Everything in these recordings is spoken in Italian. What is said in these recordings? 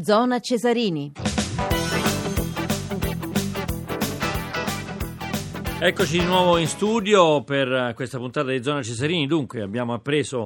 Zona Cesarini. Eccoci di nuovo in studio per questa puntata di Zona Cesarini. Dunque abbiamo appreso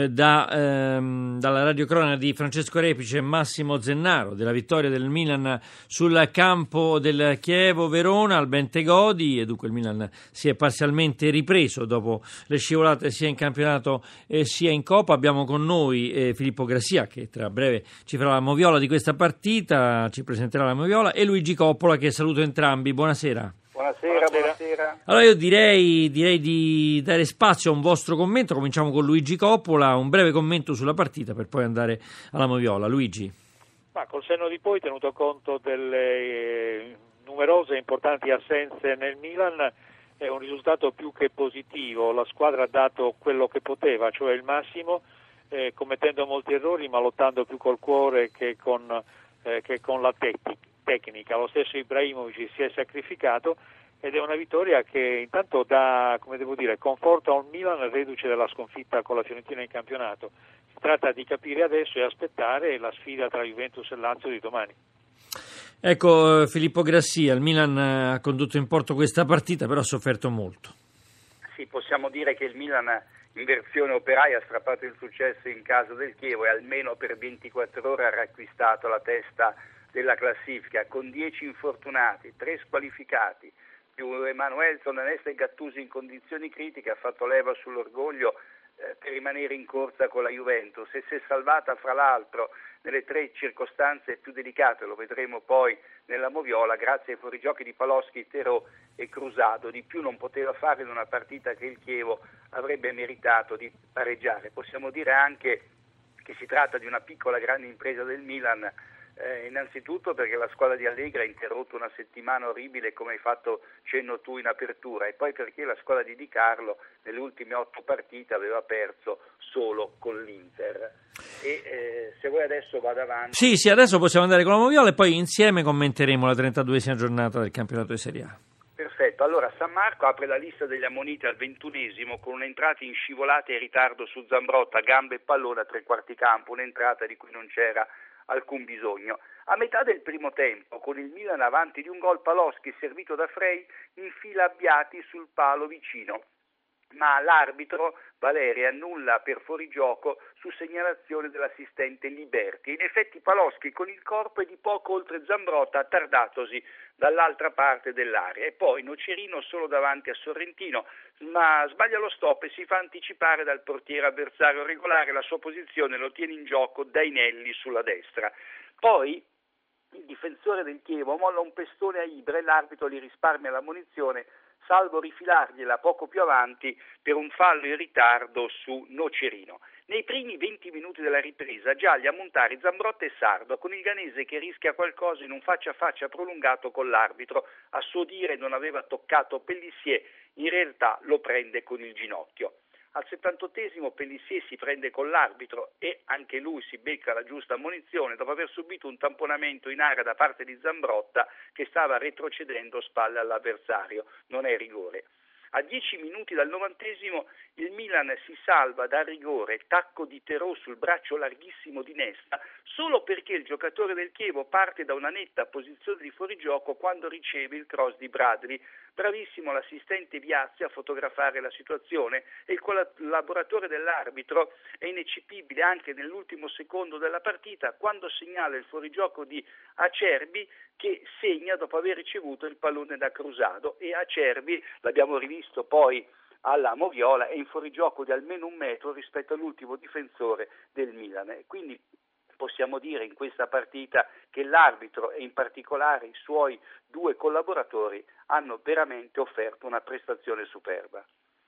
dalla radiocronaca di Francesco Repice e Massimo Zennaro della vittoria del Milan sul campo del Chievo Verona al Bentegodi, e dunque il Milan si è parzialmente ripreso dopo le scivolate sia in campionato sia in Coppa. Abbiamo con noi Filippo Grassia, che tra breve ci farà la moviola di questa partita, ci presenterà la moviola, e Luigi Coppola, che saluto entrambi. Buonasera. Buonasera. Allora io direi di dare spazio a un vostro commento. Cominciamo con Luigi Coppola, un breve commento sulla partita per poi andare alla moviola. Luigi. Ma col senno di poi, tenuto conto delle numerose e importanti assenze nel Milan, è un risultato più che positivo. La squadra ha dato quello che poteva, cioè il massimo, commettendo molti errori ma lottando più col cuore che con la tecnica. Lo stesso Ibrahimovic si è sacrificato ed è una vittoria che intanto dà, conforto a un Milan reduce dalla sconfitta con la Fiorentina in campionato. Si tratta di capire adesso e aspettare la sfida tra Juventus e Lazio di domani. Ecco, Filippo Grassia, il Milan ha condotto in porto questa partita, però ha sofferto molto. Sì, possiamo dire che il Milan in versione operaia ha strappato il successo in casa del Chievo e almeno per 24 ore ha riacquistato la testa della classifica, con 10 infortunati, 3 squalificati, più Emanuelson, Nesta e Gattuso in condizioni critiche, ha fatto leva sull'orgoglio per rimanere in corsa con la Juventus e si è salvata fra l'altro nelle 3 circostanze più delicate, lo vedremo poi nella moviola, grazie ai fuorigiochi di Paloschi, Terò e Crusado. Di più non poteva fare in una partita che il Chievo avrebbe meritato di pareggiare. Possiamo dire anche che si tratta di una piccola grande impresa del Milan, innanzitutto perché la squadra di Allegri ha interrotto una settimana orribile, come hai fatto cenno tu in apertura, e poi perché la squadra di Di Carlo nelle ultime 8 partite aveva perso solo con l'Inter. E se vuoi adesso vado avanti. Sì, adesso possiamo andare con la moviola e poi insieme commenteremo la 32esima giornata del campionato di Serie A. Perfetto, allora San Marco apre la lista degli ammoniti al 21esimo con un'entrata in scivolata e ritardo su Zambrotta, gambe e pallone a 3 quarti campo, un'entrata di cui non c'era alcun bisogno. A metà del primo tempo, con il Milan avanti di un gol, Paloschi, servito da Frey, infila Abbiati sul palo vicino, ma l'arbitro Valeri annulla per fuorigioco su segnalazione dell'assistente Liberti. In effetti Paloschi con il corpo è di poco oltre Zambrotta, attardatosi dall'altra parte dell'area, e poi Nocerino solo davanti a Sorrentino, ma sbaglia lo stop e si fa anticipare dal portiere avversario regolare. La sua posizione lo tiene in gioco Dainelli sulla destra. Poi il difensore del Chievo molla un pestone a Ibra e l'arbitro gli risparmia la munizione, salvo rifilargliela poco più avanti per un fallo in ritardo su Nocerino. Nei primi 20 minuti della ripresa già gli ammontari Zambrotta e Sardo, con il ghanese che rischia qualcosa in un faccia a faccia prolungato con l'arbitro. A suo dire non aveva toccato Pellissier, in realtà lo prende con il ginocchio. Al 78esimo Pellissier si prende con l'arbitro e anche lui si becca la giusta ammonizione dopo aver subito un tamponamento in area da parte di Zambrotta, che stava retrocedendo spalle all'avversario. Non è rigore. A 10 minuti dal 90esimo il Milan si salva dal rigore, tacco di Terò sul braccio larghissimo di Nesta, solo perché il giocatore del Chievo parte da una netta posizione di fuorigioco quando riceve il cross di Bradley. Bravissimo l'assistente Viazzi a fotografare la situazione e il collaboratore dell'arbitro è ineccepibile anche nell'ultimo secondo della partita quando segnala il fuorigioco di Acerbi, che segna dopo aver ricevuto il pallone da Crusado, e Acerbi, l'abbiamo rivisto poi alla moviola, è in fuorigioco di almeno 1 metro rispetto all'ultimo difensore del Milan. Quindi possiamo dire in questa partita che l'arbitro e in particolare i suoi 2 collaboratori hanno veramente offerto una prestazione superba.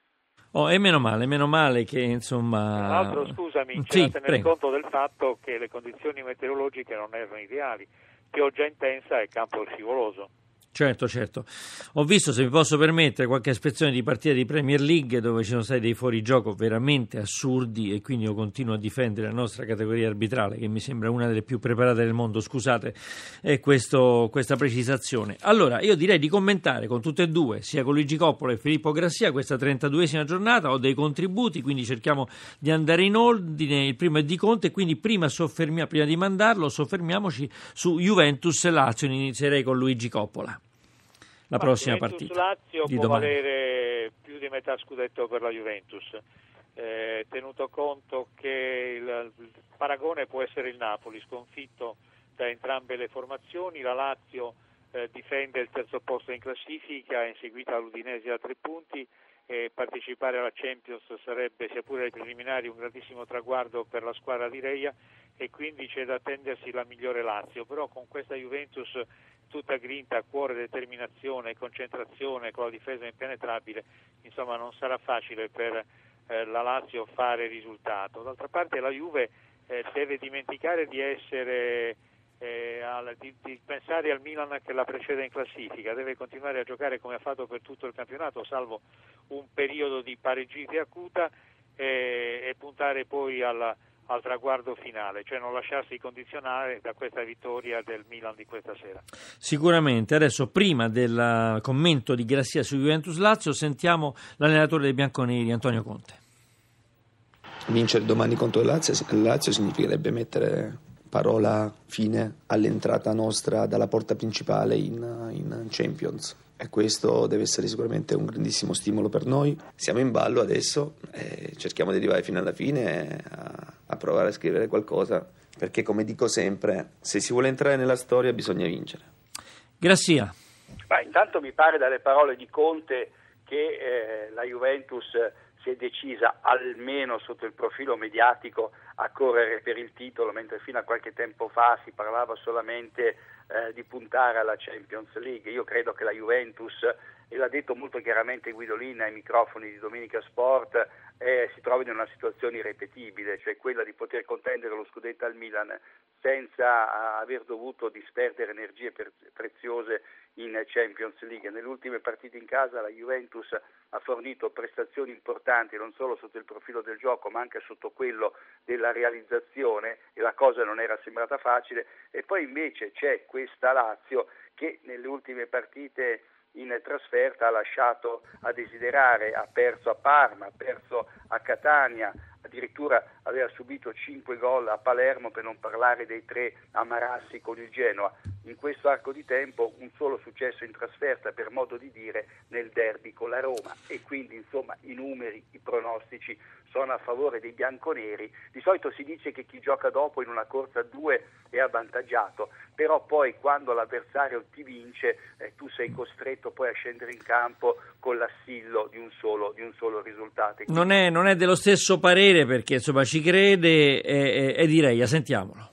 E meno male che insomma... Tra l'altro, scusami, c'è da tenere conto del fatto che le condizioni meteorologiche non erano ideali, pioggia intensa e campo scivoloso. Certo. Ho visto, se mi posso permettere, qualche ispezione di partite di Premier League dove ci sono stati dei fuorigioco veramente assurdi, e quindi io continuo a difendere la nostra categoria arbitrale, che mi sembra una delle più preparate del mondo. Scusate questa precisazione. Allora, io direi di commentare con tutte e due, sia con Luigi Coppola e Filippo Grassia, questa 32esima giornata. Ho dei contributi, quindi cerchiamo di andare in ordine. Il primo è di Conte, quindi prima di mandarlo soffermiamoci su Juventus-Lazio. Inizierei con Luigi Coppola. La prossima partita Lazio di può domani valere più di metà scudetto per la Juventus, tenuto conto che il paragone può essere il Napoli, sconfitto da entrambe le formazioni. La Lazio difende il terzo posto in classifica, è inseguita l'Udinese a 3 punti, e partecipare alla Champions sarebbe, sia pure ai preliminari, un grandissimo traguardo per la squadra di Reia, e quindi c'è da attendersi la migliore Lazio. Però con questa Juventus tutta grinta, cuore, determinazione, concentrazione, con la difesa impenetrabile, insomma non sarà facile per la Lazio fare risultato. D'altra parte la Juve deve dimenticare di essere di pensare al Milan che la precede in classifica, deve continuare a giocare come ha fatto per tutto il campionato, salvo un periodo di pareggite acuta, e puntare poi al traguardo finale, cioè non lasciarsi condizionare da questa vittoria del Milan di questa sera. Sicuramente. Adesso, prima del commento di Grassia su Juventus-Lazio, sentiamo l'allenatore dei bianconeri, Antonio Conte. Vincere domani contro il Lazio significherebbe mettere parola fine all'entrata nostra dalla porta principale in Champions, e questo deve essere sicuramente un grandissimo stimolo per noi. Siamo in ballo adesso e cerchiamo di arrivare fino alla fine a provare a scrivere qualcosa, perché, come dico sempre, se si vuole entrare nella storia bisogna vincere. Grassia. Intanto mi pare dalle parole di Conte che la Juventus si è decisa, almeno sotto il profilo mediatico, a correre per il titolo, mentre fino a qualche tempo fa si parlava solamente di puntare alla Champions League. Io credo che la Juventus, e l'ha detto molto chiaramente Guidolin ai microfoni di Domenica Sport, si trovi in una situazione irripetibile, cioè quella di poter contendere lo scudetto al Milan senza aver dovuto disperdere energie preziose in Champions League. Nelle ultime partite in casa la Juventus ha fornito prestazioni importanti non solo sotto il profilo del gioco ma anche sotto quello della realizzazione, e la cosa non era sembrata facile. E poi invece c'è questa Lazio che nelle ultime partite in trasferta ha lasciato a desiderare, ha perso a Parma, ha perso a Catania, addirittura aveva subito 5 gol a Palermo, per non parlare dei 3 a Marassi con il Genoa. In questo arco di tempo un solo successo in trasferta, per modo di dire, nel derby con la Roma, e quindi insomma i numeri, i pronostici sono a favore dei bianconeri. Di solito si dice che chi gioca dopo in una corsa a 2 è avvantaggiato, però poi quando l'avversario ti vince tu sei costretto poi a scendere in campo con l'assillo di un solo risultato. Non è dello stesso parere, perché insomma ci crede, e direi, sentiamolo.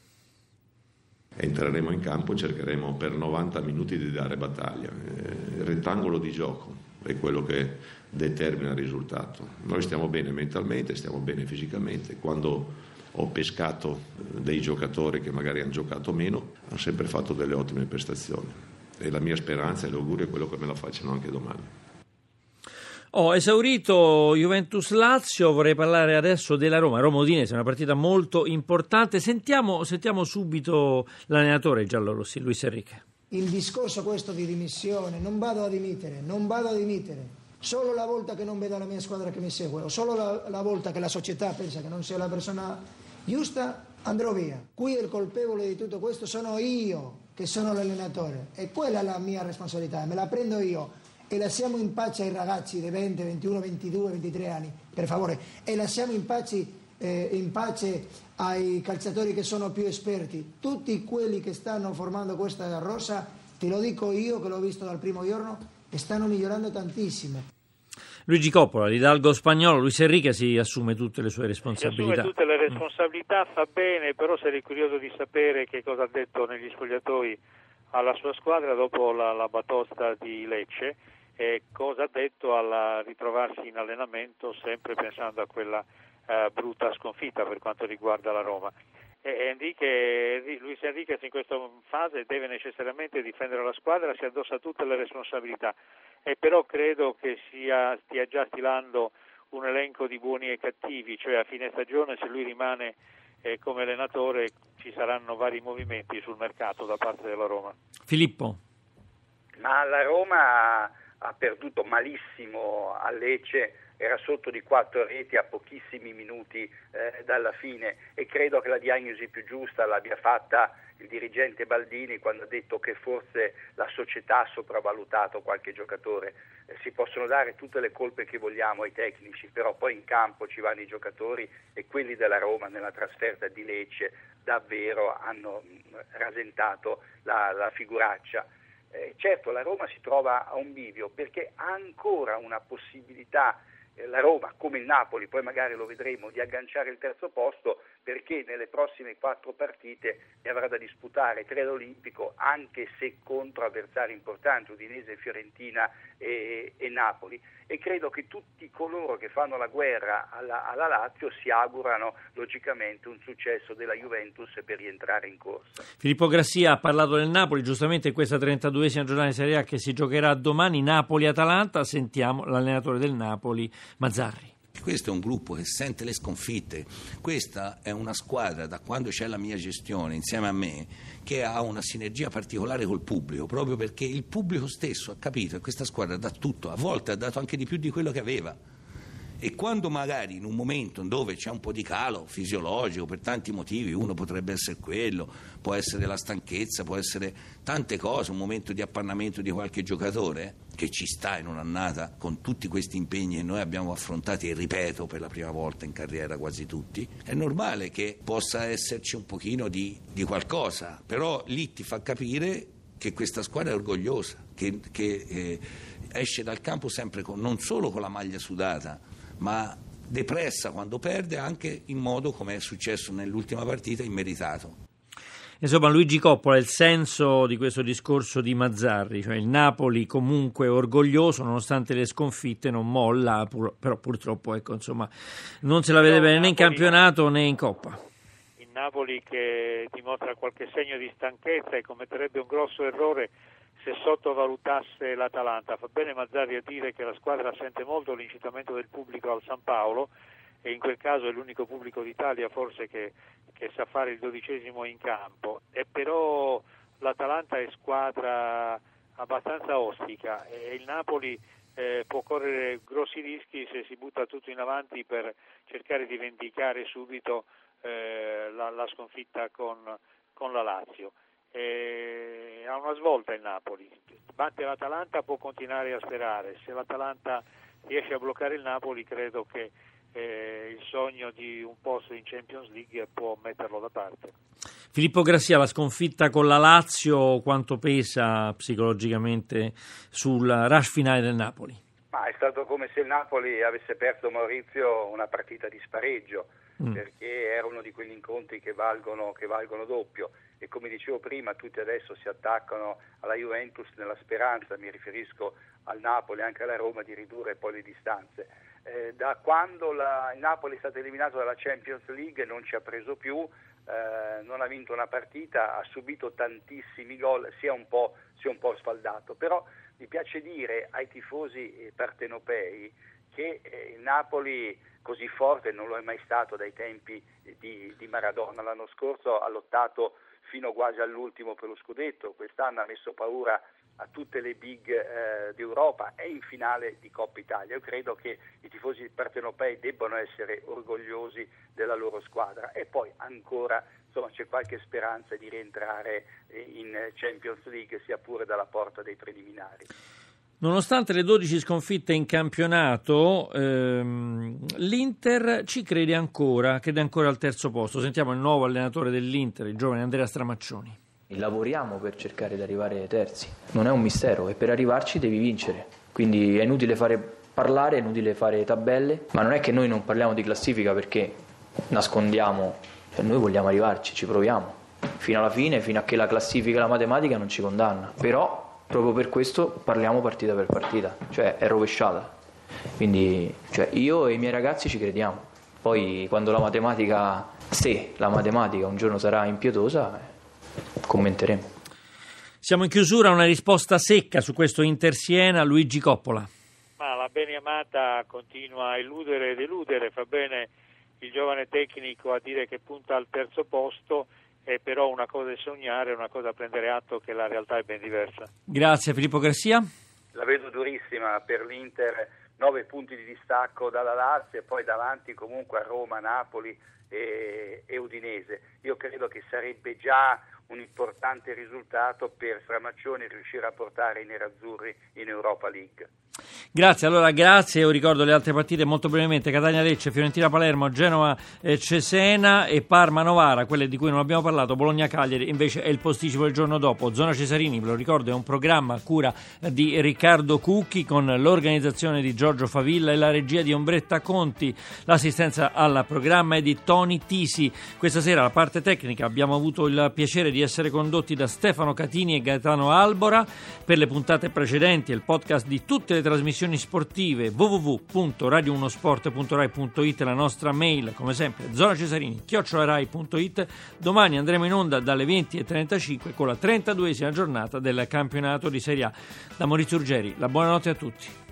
Entreremo in campo, cercheremo per 90 minuti di dare battaglia. Il rettangolo di gioco è quello che determina il risultato. Noi stiamo bene mentalmente, stiamo bene fisicamente. Quando ho pescato dei giocatori che magari hanno giocato meno, hanno sempre fatto delle ottime prestazioni, e la mia speranza e l'augurio è quello che me la facciano anche domani. Ho esaurito Juventus-Lazio, vorrei parlare adesso della Roma-Udinese, una partita molto importante. Sentiamo subito l'allenatore giallorossi, Luis Enrique. Il discorso questo di dimissione, non vado a dimettere. Solo la volta che non vedo la mia squadra che mi segue, o solo la volta che la società pensa che non sia la persona giusta, andrò via. Qui il colpevole di tutto questo sono io, che sono l'allenatore, e quella è la mia responsabilità, me la prendo io. E lasciamo in pace ai ragazzi di 20, 21, 22, 23 anni, per favore, e lasciamo in pace ai calciatori che sono più esperti. Tutti quelli che stanno formando questa rosa, te lo dico io che l'ho visto dal primo giorno, stanno migliorando tantissimo. Luigi Coppola, l'Hidalgo spagnolo, Luis Enrique si assume tutte le sue responsabilità. Si assume tutte le responsabilità, fa bene, però sarei curioso di sapere che cosa ha detto negli spogliatoi alla sua squadra dopo la batosta di Lecce, e cosa ha detto al ritrovarsi in allenamento, sempre pensando a quella brutta sconfitta per quanto riguarda la Roma. Luis Enriquez in questa fase deve necessariamente difendere la squadra, si addossa tutte le responsabilità, però credo che stia già stilando un elenco di buoni e cattivi, cioè a fine stagione, se lui rimane come allenatore, ci saranno vari movimenti sul mercato da parte della Roma. Filippo. Ma la Roma ha perduto malissimo a Lecce, era sotto di 4 reti a pochissimi minuti dalla fine, e credo che la diagnosi più giusta l'abbia fatta il dirigente Baldini quando ha detto che forse la società ha sopravvalutato qualche giocatore. Si possono dare tutte le colpe che vogliamo ai tecnici, però poi in campo ci vanno i giocatori, e quelli della Roma nella trasferta di Lecce davvero hanno rasentato la figuraccia. Certo, la Roma si trova a un bivio perché ha ancora una possibilità, la Roma come il Napoli, poi magari lo vedremo, di agganciare il terzo posto, perché nelle prossime 4 partite ne avrà da disputare 3 all'Olimpico, anche se contro avversari importanti, Udinese, Fiorentina e Napoli, e credo che tutti coloro che fanno la guerra alla Lazio si augurano logicamente un successo della Juventus per rientrare in corsa. Filippo Grassia ha parlato del Napoli, giustamente in questa 32esima giornata di Serie A che si giocherà domani, Napoli-Atalanta. Sentiamo l'allenatore del Napoli, Mazzarri. Questo è un gruppo che sente le sconfitte, questa è una squadra, da quando c'è la mia gestione insieme a me, che ha una sinergia particolare col pubblico, proprio perché il pubblico stesso ha capito che questa squadra dà tutto, a volte ha dato anche di più di quello che aveva, e quando magari in un momento dove c'è un po' di calo fisiologico per tanti motivi, uno potrebbe essere quello, può essere la stanchezza, può essere tante cose, un momento di appannamento di qualche giocatore che ci sta in un'annata con tutti questi impegni che noi abbiamo affrontati, e ripeto per la prima volta in carriera quasi tutti, è normale che possa esserci un pochino di qualcosa, però lì ti fa capire che questa squadra è orgogliosa, che esce dal campo sempre non solo con la maglia sudata, ma depressa quando perde, anche in modo, come è successo nell'ultima partita, immeritato. Insomma, Luigi Coppola, il senso di questo discorso di Mazzarri, cioè il Napoli comunque orgoglioso nonostante le sconfitte, non molla, però purtroppo non se la vede bene né in campionato né in Coppa. Il Napoli che dimostra qualche segno di stanchezza e commetterebbe un grosso errore se sottovalutasse l'Atalanta. Fa bene Mazzarri a dire che la squadra sente molto l'incitamento del pubblico al San Paolo, e in quel caso è l'unico pubblico d'Italia forse che sa fare il 12° in campo, e però l'Atalanta è squadra abbastanza ostica e il Napoli può correre grossi rischi se si butta tutto in avanti per cercare di vendicare subito la sconfitta con la Lazio. Ha una svolta il Napoli, batte l'Atalanta, può continuare a sperare, se l'Atalanta riesce a bloccare il Napoli credo che il sogno di un posto in Champions League può metterlo da parte. Filippo Grassia, la sconfitta con la Lazio quanto pesa psicologicamente sul rush finale del Napoli? Ma è stato come se il Napoli avesse perso, Maurizio, una partita di spareggio, perché era uno di quegli incontri che valgono doppio, e come dicevo prima tutti adesso si attaccano alla Juventus nella speranza, mi riferisco al Napoli e anche alla Roma, di ridurre poi le distanze. Da quando il Napoli è stato eliminato dalla Champions League non ci ha preso più, non ha vinto una partita, ha subito tantissimi gol, si è un po' sfaldato, però mi piace dire ai tifosi partenopei che il Napoli così forte non lo è mai stato dai tempi di Maradona. L'anno scorso ha lottato fino quasi all'ultimo per lo scudetto, quest'anno ha messo paura a tutte le big d'Europa, è in finale di Coppa Italia. Io credo che i tifosi partenopei debbano essere orgogliosi della loro squadra, e poi ancora c'è qualche speranza di rientrare in Champions League, sia pure dalla porta dei preliminari. Nonostante le 12 sconfitte in campionato, l'Inter ci crede ancora al terzo posto. Sentiamo il nuovo allenatore dell'Inter, il giovane Andrea Stramaccioni. Lavoriamo per cercare di arrivare terzi, non è un mistero, e per arrivarci devi vincere, quindi è inutile parlare, è inutile fare tabelle, ma non è che noi non parliamo di classifica perché nascondiamo, noi vogliamo arrivarci, ci proviamo, fino alla fine, fino a che la classifica e la matematica non ci condanna, però proprio per questo parliamo partita per partita, cioè è rovesciata, quindi io e i miei ragazzi ci crediamo, poi quando la matematica se la matematica un giorno sarà impietosa, commenteremo. Siamo in chiusura, una risposta secca su questo Inter-Siena, Luigi Coppola. Ma la Beniamata continua a illudere e deludere, fa bene il giovane tecnico a dire che punta al terzo posto, però una cosa è sognare, una cosa è prendere atto che la realtà è ben diversa. Grazie Filippo Garcia. La vedo durissima per l'Inter, 9 punti di distacco dalla Lazio e poi davanti comunque a Roma, Napoli e Udinese. Io credo che sarebbe già un importante risultato per Stramaccioni riuscire a portare i nerazzurri in Europa League. Grazie, io ricordo le altre partite molto brevemente: Catania-Lecce, Fiorentina-Palermo, Genova-Cesena e Parma-Novara, quelle di cui non abbiamo parlato. Bologna-Cagliari invece è il posticipo del giorno dopo. Zona Cesarini, ve lo ricordo, è un programma a cura di Riccardo Cucchi con l'organizzazione di Giorgio Favilla e la regia di Ombretta Conti. L'assistenza al programma è di Tony Tisi. Questa sera la parte tecnica abbiamo avuto il piacere di essere condotti da Stefano Catini e Gaetano Albora. Per le puntate precedenti e il podcast di tutte le trasmissioni sportive www.radio1sport.rai.it, la nostra mail come sempre zonacesarini@rai.it. Domani andremo in onda dalle 20:35 con la 32esima giornata del campionato di Serie A. Da Maurizio Ruggeri, la buonanotte a tutti.